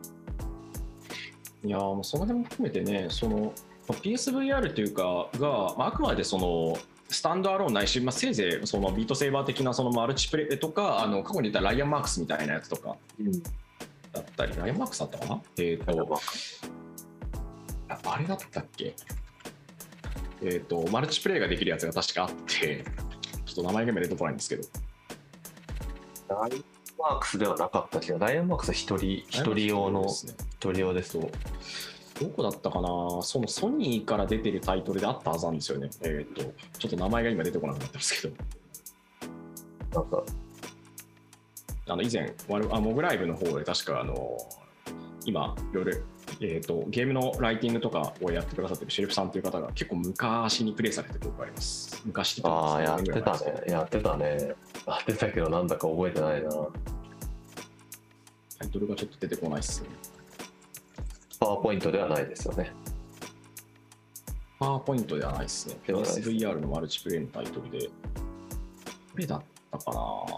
いやもうその辺も含めてね、その ピーエスブイアール というかが、まあ、あくまでそのスタンドアローンないし、まあ、せいぜいそのビートセーバー的なそのマルチプレイとか、あの過去に言ったライアンマークスみたいなやつとかだったり、ライアンマークスだったかな、えーとあ、あれだったっけ、えーとマルチプレイができるやつが確かあって、ちょっと名前が今出てこないんですけど、 ライアンマークスではなかったけど、ライアンマークスは一人一人用の一人用です。 どこだったかな、そのソニーから出てるタイトルであったはずなんですよね。えっとちょっと名前が今出てこなくなってますけど、 なんかあの以前あモグライブの方で確かあの今いろいろ、えー、とゲームのライティングとかをやってくださってるシェルフさんという方が結構昔にプレイされてるとこあります。昔ってああやってたねやってたねやってたけどなんだか覚えてないな。 タイトルがちょっと出てこないっすね。 パワーポイントではないですよね。 パワーポイントではないですね。 ではないですエスブイアール のマルチプレイのタイトルで。どれだったかな。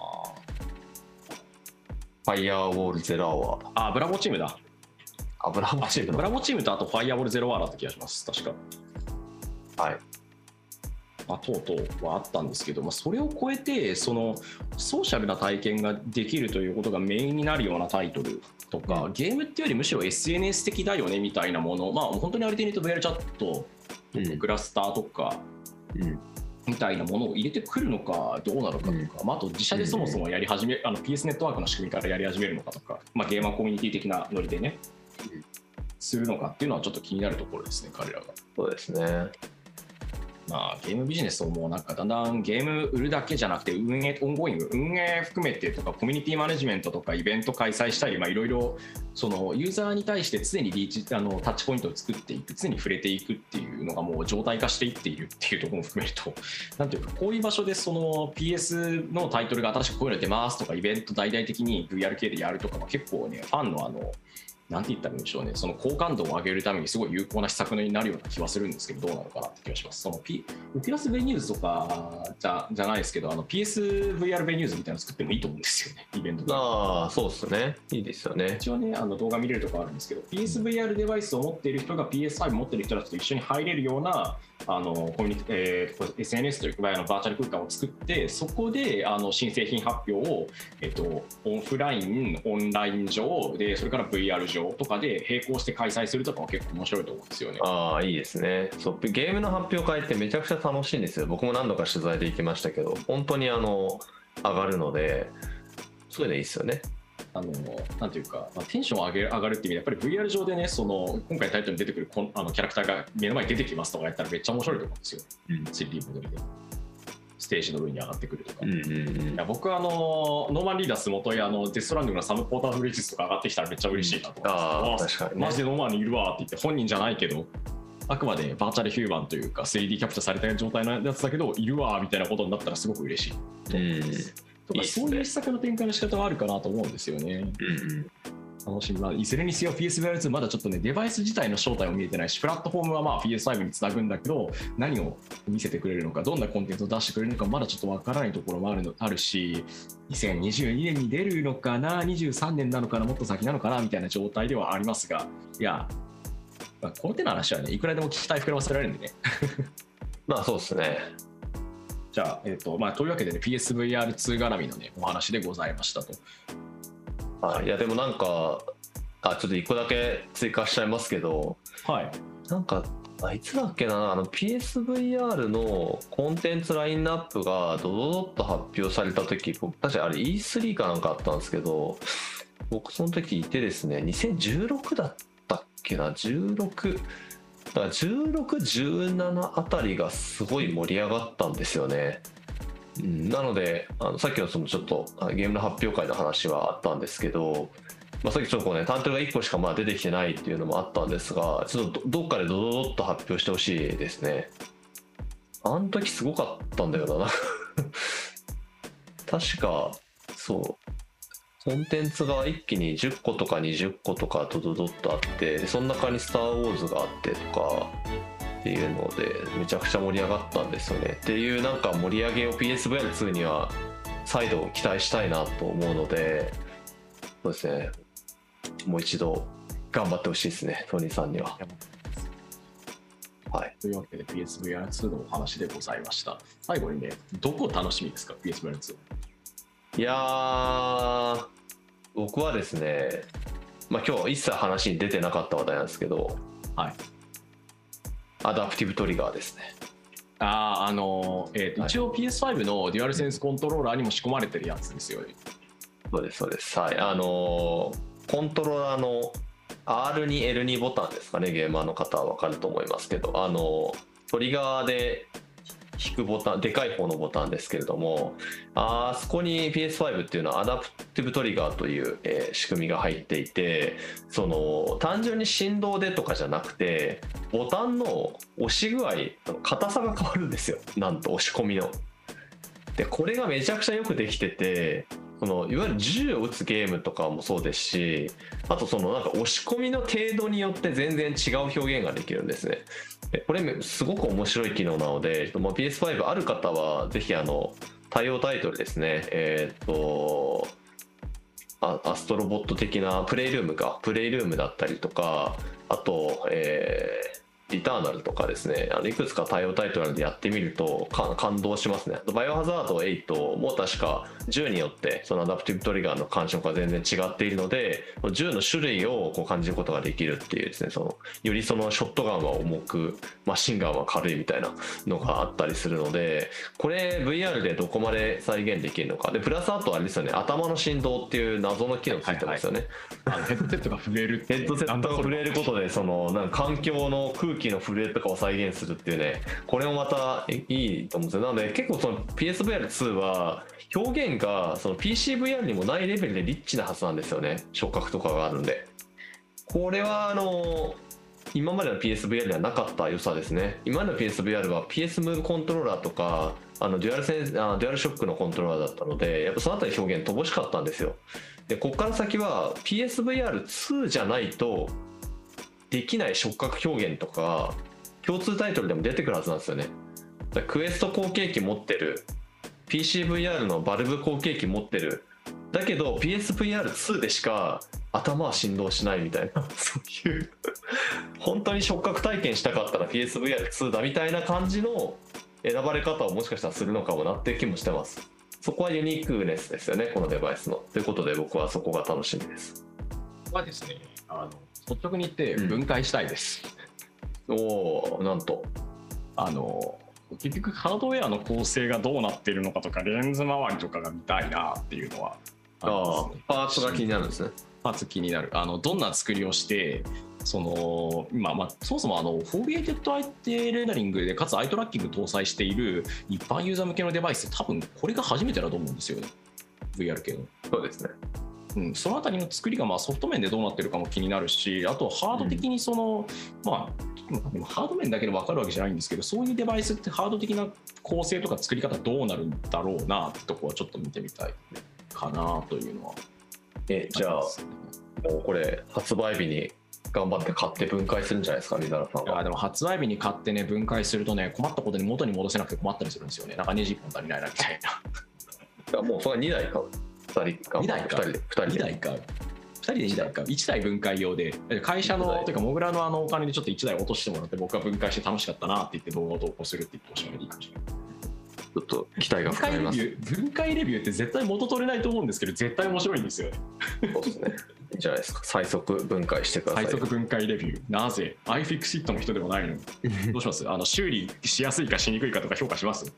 ファイアーウォールゼロアワー。 あ、ブラボーチームだ。 あ、ブラボーチームの。 ブラボーチームとあとファイアーウォールゼロアワーだった気がします。確か。 はい。 まあ、等々はあったんですけど、まあ、それを超えてそのソーシャルな体験ができるということがメインになるようなタイトルとか、うん、ゲームっていうよりむしろ エスエヌエス 的だよねみたいなもの、まあ、本当にあれで言うと ブイアール チャットとかクラスターとか、うん、みたいなものを入れてくるのかどうなのかとか、うんまあ、あと自社でそもそもやり始め、あの ピーエス ネットワークの仕組みからやり始めるのかとか、まあ、ゲーマーコミュニティ的なノリでね、うん、するのかっていうのはちょっと気になるところですね、彼らが。 そうですね。 まあ、ゲームビジネスをもうなんかだんだんゲーム売るだけじゃなくて運営オンゴーイング運営含めてとかコミュニティマネジメントとかイベント開催したりいろいろそのユーザーに対して常にリーチあのタッチポイントを作っていく常に触れていくっていうのがもう常態化していっているっていうところも含めるとなんていうかこういう場所でその ピーエス のタイトルが新しくこういうの出ますとかイベント大々的に ブイアール 系でやるとかは結構ねファンのあのなんて言ったらいいんでしょうね、その好感度を上げるためにすごい有効な施策になるような気はするんですけど、どうなのかなって気がします。その、P、オキュラスベニューズとかじ ゃ, じゃないですけど、あの ピーエスブイアール ベニューズみたいなの作ってもいいと思うんですよね、イベントで。 ああ、そうですね。いいですよね。 一応ね、あの動画見れるとこあるんですけど、ピーエスブイアール デバイスを持っている人が ピーエスファイブ 持っている人たちと一緒に入れるようなあのコミュニティ、えー、エスエヌエス というかあのバーチャル空間を作って、そこであの新製品発表を、えっと、オフライン、オンライン上で、それから ブイアール 上とかで並行して開催するとかも結構面白いと思うんですよね。 ああ、いいですね。そうゲームの発表会ってめちゃくちゃ楽しいんですよ。僕も何度か取材で行きましたけど、本当にあの上がるので、そういうのいいですよね。 あのなんていうか、まあ、テンション上げ上がるっていう意味でやっぱり ブイアール 上でね、その今回タイトルに出てくるこあのキャラクターが目の前に出てきますとかやったらめっちゃ面白いと思うんですよ、うん、スリーディー モデルでステージの上に上がってくるとか、うんうんうん、いや僕はあのノーマンリーダース元やあのデストランディングのサムポーターフリーチスとか上がってきたらめっちゃ嬉しいなと思って、うん、確かにね、マジでノーマンにいるわって言って本人じゃないけどあくまでバーチャルヒューマンというか スリーディー キャプチャーされた状態のやつだけどいるわみたいなことになったらすごく嬉しいと思います、うんとかそういう施策の展開の仕方はあるかなと思うんですよね。うんうん、楽しみな。いずれにせよ ピーエスブイアールツー まだちょっとねデバイス自体の正体も見えてないし、プラットフォームはまあ ピーエスファイブ につなぐんだけど何を見せてくれるのか、どんなコンテンツを出してくれるのかまだちょっとわからないところもあるのあるし、にせんにじゅうにねんに出るのかな、にじゅうさんねんなのかな、もっと先なのかなみたいな状態ではありますが、いや、まあ、この手の話はねいくらでも期待膨らませられるんでね。 まあそうですね。 じゃあ、えーとまあ、というわけで、ね、ピーエスブイアールツー 絡みの、ね、お話でございましたと。 はい、いやでもなんかあちょっといっこだけ追加しちゃいますけど、 はい、 なんかあいつだっけな、あの ピーエスブイアール のコンテンツラインナップがドドドッと発表された時、僕確かあれ イースリー かなんかあったんですけど、僕その時いてですね、にせんじゅうろくだったっけな、じゅうろくだからじゅうろく、じゅうななあたりがすごい盛り上がったんですよね。うん、なのであのさっきのそのちょっとゲームの発表会の話はあったんですけど、まあ、さっきちょっとこうねタイトルがいっこしかまだ出てきてないっていうのもあったんですが、ちょっと ど, どっかでドドドッと発表してほしいですね。あの時すごかったんだよな確かそうコンテンツが一気にじゅっことかにじゅっことかドドドッとあって、でその中にスターウォーズがあってとかっていうのでめちゃくちゃ盛り上がったんですよね。っていうなんか盛り上げを ピーエスブイアールツー には再度期待したいなと思うので、そうですね、もう一度頑張ってほしいですね、トニーさんには。はい、 というわけで ピーエスブイアールツー のお話でございました。最後にね、どこ楽しみですか ピーエスブイアールツー。 いやー僕はですね、まあ、今日一切話に出てなかった話題なんですけど、はい、アダプティブトリガーですね。 ああ、あのーえーとはい、一応 ピーエスファイブ のデュアルセンスコントローラーにも仕込まれてるやつですよね。 そうですそうです、はい、あのー、コントローラーの アールツーエルツー ボタンですかね、ゲーマーの方は分かると思いますけど、あのー、トリガーで引くボタン、でかい方のボタンですけれども、あそこに ピーエスファイブ っていうのはアダプティブトリガーという、えー、仕組みが入っていて、その単純に振動でとかじゃなくてボタンの押し具合、硬さが変わるんですよ、なんと押し込みの。でこれがめちゃくちゃよくできてて、 そのいわゆる銃を撃つゲームとかもそうですし、あとそのなんか押し込みの程度によって全然違う表現ができるんですね。これすごく面白い機能なので、まあ、ピーエスファイブ ある方はぜひあの対応タイトルですね、えー、っとアストロボット的なプレイルームかプレイルームだったりとか、あと、えーリターナルとかですね、あのいくつか対応タイトルでやってみると感動しますね。バイオハザードエイトも確か銃によってそのアダプティブトリガーの感触が全然違っているので、銃の種類をこう感じることができるっていうですね、そのよりそのショットガンは重くマシンガンは軽いみたいなのがあったりするので、これ ブイアール でどこまで再現できるのかで、プラスあとあれですよね、頭の振動っていう謎の機能ついてますよね。 はいはいはい、あのヘッドセットが震えるってヘッドセットが震えることでそのなんか環境の空気の震えとかを再現するっていうね、これもまたいいと思うんですよ。なので結構その ピーエスブイアールツー は表現がその ピーシーブイアール にもないレベルでリッチなはずなんですよね。触覚とかがあるんで、これはあの今までの ピーエスブイアール にはなかった良さですね。今までの ピーエスブイアール は ピーエス ムーブコントローラーとかあのデュアルセンあデュアルショックのコントローラーだったので、やっぱそのあたり表現乏しかったんですよ。でここから先は ピーエスブイアールツー じゃないとできない触覚表現とか共通タイトルでも出てくるはずなんですよね。だクエスト後継機持ってる、 ピーシーブイアール のバルブ後継機持ってる、だけど ピーエスブイアールツー でしか頭は振動しないみたいなそういう本当に触覚体験したかったら ピーエスブイアールツー だみたいな感じの選ばれ方をもしかしたらするのかもなっていう気もしてます。そこはユニークネスですよね、このデバイスの。ということで僕はそこが楽しみです。 はですね、あの率直に言って分解したいです、 うん、おお、なんとあの結局ハードウェアの構成がどうなってるのかとかレンズ周りとかが見たいなっていうのはありますね。 あパーツが気になるんですね。 パーツ気になる。あのどんな作りをしてその今、まあ、そもそもあのフォービエイテッドアイテレーダリングでかつアイトラッキング搭載している一般ユーザー向けのデバイス、多分これが初めてだと思うんですよね、 ブイアール 系の。 そうですね、 うん、そのあたりの作りがまあソフト面でどうなってるかも気になるし、あとハード的にその、うん、まあでもハード面だけで分かるわけじゃないんですけど、そういうデバイスってハード的な構成とか作り方どうなるんだろうなってとこはちょっと見てみたいかなというのは。 えじゃあもうこれ発売日に頑張って買って分解するんじゃないですか、水原さんは。 いやでも発売日に買ってね分解するとね、困ったことに元に戻せなくて困ったりするんですよね。なんかネジいっぽん足りないなみたいな。 もうそれはにだい買う、ふたりかにだいかふたりでふたりでにだいかふたりでにだいかいちだい分解用で会社のというかモグラのあのお金でちょっといちだい落としてもらって、僕は分解して楽しかったなって言って動画を投稿するって言ってほしいのでいいかもしれない。 ちょっと期待が深まります。 分解レビューって絶対元取れないと思うんですけど、絶対面白いんですよね。 そうですね、いいんじゃないですか。最速分解してください。 最速分解レビュー、なぜ iFixit の人でもないのにどうします？あの修理しやすいかしにくいかとか評価します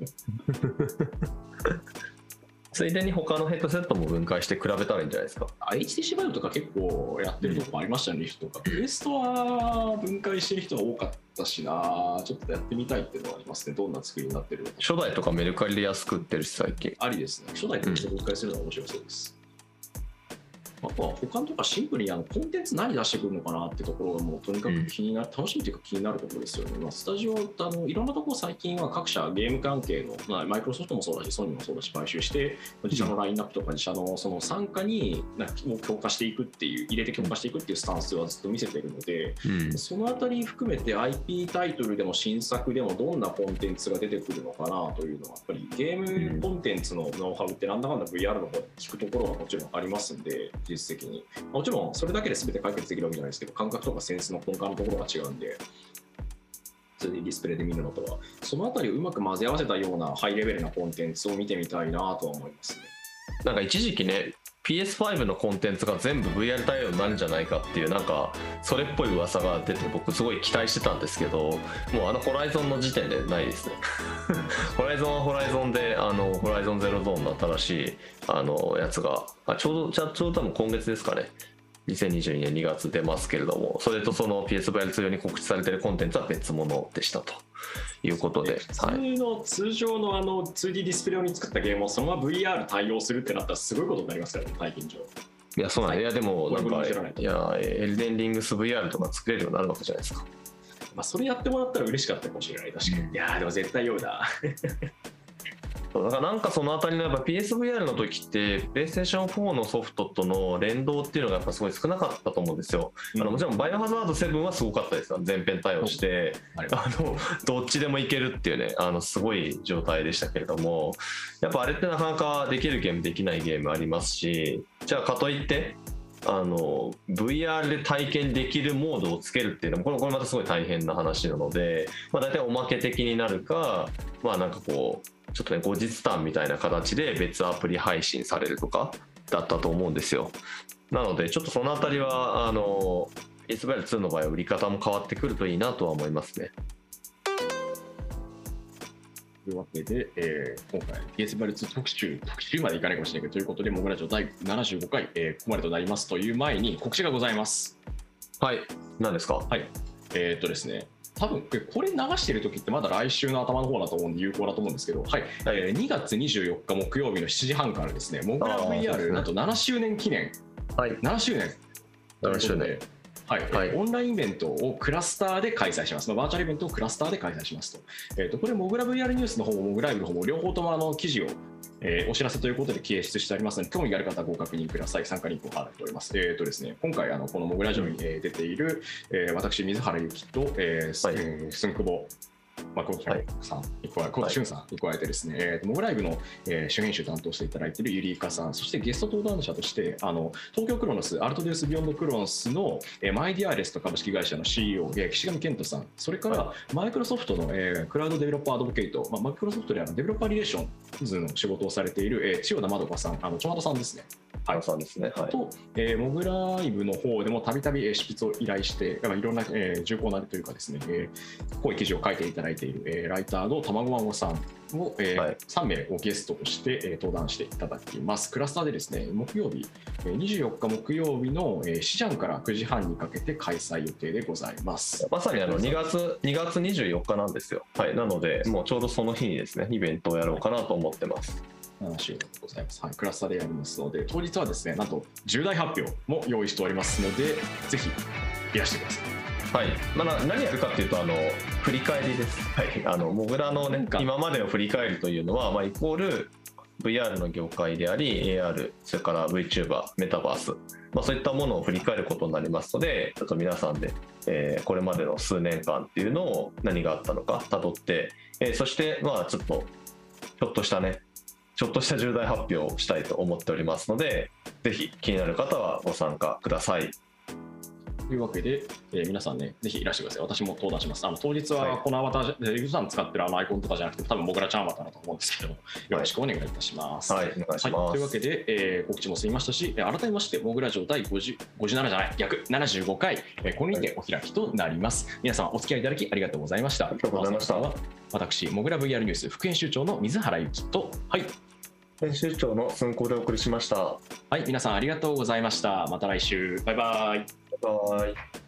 ついでに他のヘッドセットも分解して比べたらいいんじゃないですか。 エイチティーシー バイオとか結構やってるとこありましたね、人とか。ウエストは分解してる人が多かったしな、ちょっとやってみたいっていうのはありますね。どんな作りになってるのか。 初代とかメルカリで安く売ってるし最近ありですね。初代として分解するのは面白そうです、うん、あとは他のとかシンプルにあのコンテンツ何出してくるのかなってところがもうとにかく気になる、うん、楽しみというか気になるところですよね。まあ、スタジオあのいろんなところ最近は各社ゲーム関係の、まあ、マイクロソフトもそうだしソニーもそうだし買収して自社のラインナップとか自社のその参加にを強化していくっていう入れて強化していくっていうスタンスはずっと見せているので、うん、そのあたり含めて アイピー タイトルでも新作でもどんなコンテンツが出てくるのかなというのはやっぱりゲームコンテンツのノウハウってなんだかんだ ブイアール の方で聞くところがもちろんありますんで、実績にもちろんそれだけで全て解決できるわけじゃないですけど、感覚とかセンスの根幹のところが違うんで、それでディスプレイで見るのとはそのあたりをうまく混ぜ合わせたようなハイレベルなコンテンツを見てみたいなとは思いますね。 なんか一時期ね ピーエスファイブ のコンテンツが全部 ブイアール 対応になるんじゃないかっていうなんかそれっぽい噂が出て僕すごい期待してたんですけど、もうあのホライゾンの時点でないですねホライゾンはホライゾンであのホライゾンゼロゾーンの新しいあのやつがあちょうどちょうど多分今月ですかね、にせんにじゅうにねんにがつ出ますけれども、それとその ピーエスブイアールツー 用に告知されているコンテンツは別物でしたということで、 普通の、はい、通常のあの ツーディー ディスプレイ用に作ったゲームをそのまま ブイアール 対応するってなったらすごいことになりますからね、体験上。 いやそうなん、はい、いやでもなんかいやエルデンリングス ブイアール とか作れるようになるわけじゃないですか。 まあそれやってもらったら嬉しかったかもしれない、確かに、うん、いやでも絶対用だそうだからなんかそのあたりのやっぱ ピーエスブイアール の時ってプレイステーションフォーのソフトとの連動っていうのがやっぱすごい少なかったと思うんですよ、うん、あのもちろんバイオハザードセブンはすごかったですよ、全編対応して、はい、あのどっちでもいけるっていうね、あのすごい状態でしたけれども、やっぱあれってなかなかできるゲームできないゲームありますし、じゃあかといってあの ブイアール で体験できるモードをつけるっていうのもこれこれまたすごい大変な話なので、まあ、大体おまけ的になるか、まあなんかこうちょっとね後日談みたいな形で別アプリ配信されるとかだったと思うんですよ。なのでちょっとそのあたりはあの ピーエスブイアールツー の場合は売り方も変わってくるといいなとは思いますね。 というわけで、えー、今回 ピーエスブイアールツー 特集特集までいかないかもしれないけど、ということでモグラジオだいななじゅうごかい、えー、ここまでとなりますという前に告知がございます。 はい、何ですか？ はい、えー、っとですね多分これ流してる時ってまだ来週の頭の方だと思うんで有効だと思うんですけど、はい、えー、にがつにじゅうよっか木曜日のしちじはんからですね、モグラ ブイアール、ね、なんとななしゅうねん記念、はい、ななしゅうねんななしゅうねんはいはい、オンラインイベントをクラスターで開催します。バーチャルイベントをクラスターで開催しますと。えー、とこれ、モグラ ブイアール ニュースの方もモグライブの方も両方ともあの記事を、えー、お知らせということで掲出してありますので、興味がある方はご確認ください。参加リンクを貼っております。えーとですね、今回あのこのモグラジオに出ている、えー、私、水原由紀と、えーはいえー、すんくぼまあ、コートさんに加え、コートシュンさんに加えてですね、えー、モグライブの、えー、主編集担当していただいているゆりいかさん、そしてゲスト登壇者としてあの東京クロノス、アルトデウスビヨンドクロノスの、えー、マイディアレスト株式会社の シーイーオー、えー、岸上健人さん、それからマイクロソフトの、えー、クラウドデベロッパーアドボケイト、まあ、マイクロソフトであのデベロッパーリレーションズの仕事をされている、えー、千代田まどかさん、あのちょまどさんですね。はい、そうですね、はい、と、えー、モグライブの方でもたびたび執筆を依頼して、いろんな、えー、重厚なというかですね、えー、濃い記事を書いていただいている、えー、ライターのたまごまごさんを、えーはい、さんめいをゲストとして、えー、登壇していただきます。クラスターでですね、木曜日、にじゅうよっか木曜日のしちじはんからくじはんにかけて開催予定でございます。 まさにあのにがつにがつにじゅうよっかなんですよ。はい、なのでもうちょうどその日にですね、イベントをやろうかなと思ってます。 ななしゅうねんでございます。はい、クラスターでやりますので、当日はですね、なんと重大発表も用意しておりますので、ぜひいらしてください。 はい、まあ、何やるかっていうと、あの振り返りです。はい、あのモグラのね、今までの振り返りというのは、まあ、イコール ブイアール の業界であり、エーアール、それから VTuber、メタバース、まあ、そういったものを振り返ることになりますので、ちょっと皆さんで、えー、これまでの数年間っていうのを何があったのか辿って、えー、そしてまあちょっとちょっとしたねちょっとした重大発表をしたいと思っておりますので、ぜひ気になる方はご参加ください。 というわけで、えー、皆さんね、ぜひいらしてください。私も登壇します。あの当日はこのアバター、はい、普段使ってるあのアイコンとかじゃなくて、多分モグラちゃんアバターだと思うんですけども、よろしくお願いいたします。 はい、はい、お願いします。はい、 というわけで、えー、告知も済みましたし、改めまして、モグラジオだいごじゅう、ごじゅうななじゃない、逆ななじゅうごかい、えー、これにてお開きとなります。はい、皆様お付き合いいただきありがとうございました。 ありがとうございました。 私、モグラ ブイアール ニュース副編集長の水原由紀と、はい。 編集長の寸行でお送りしました。 はい、皆さんありがとうございました。また来週。バイバイ。 バイバイ。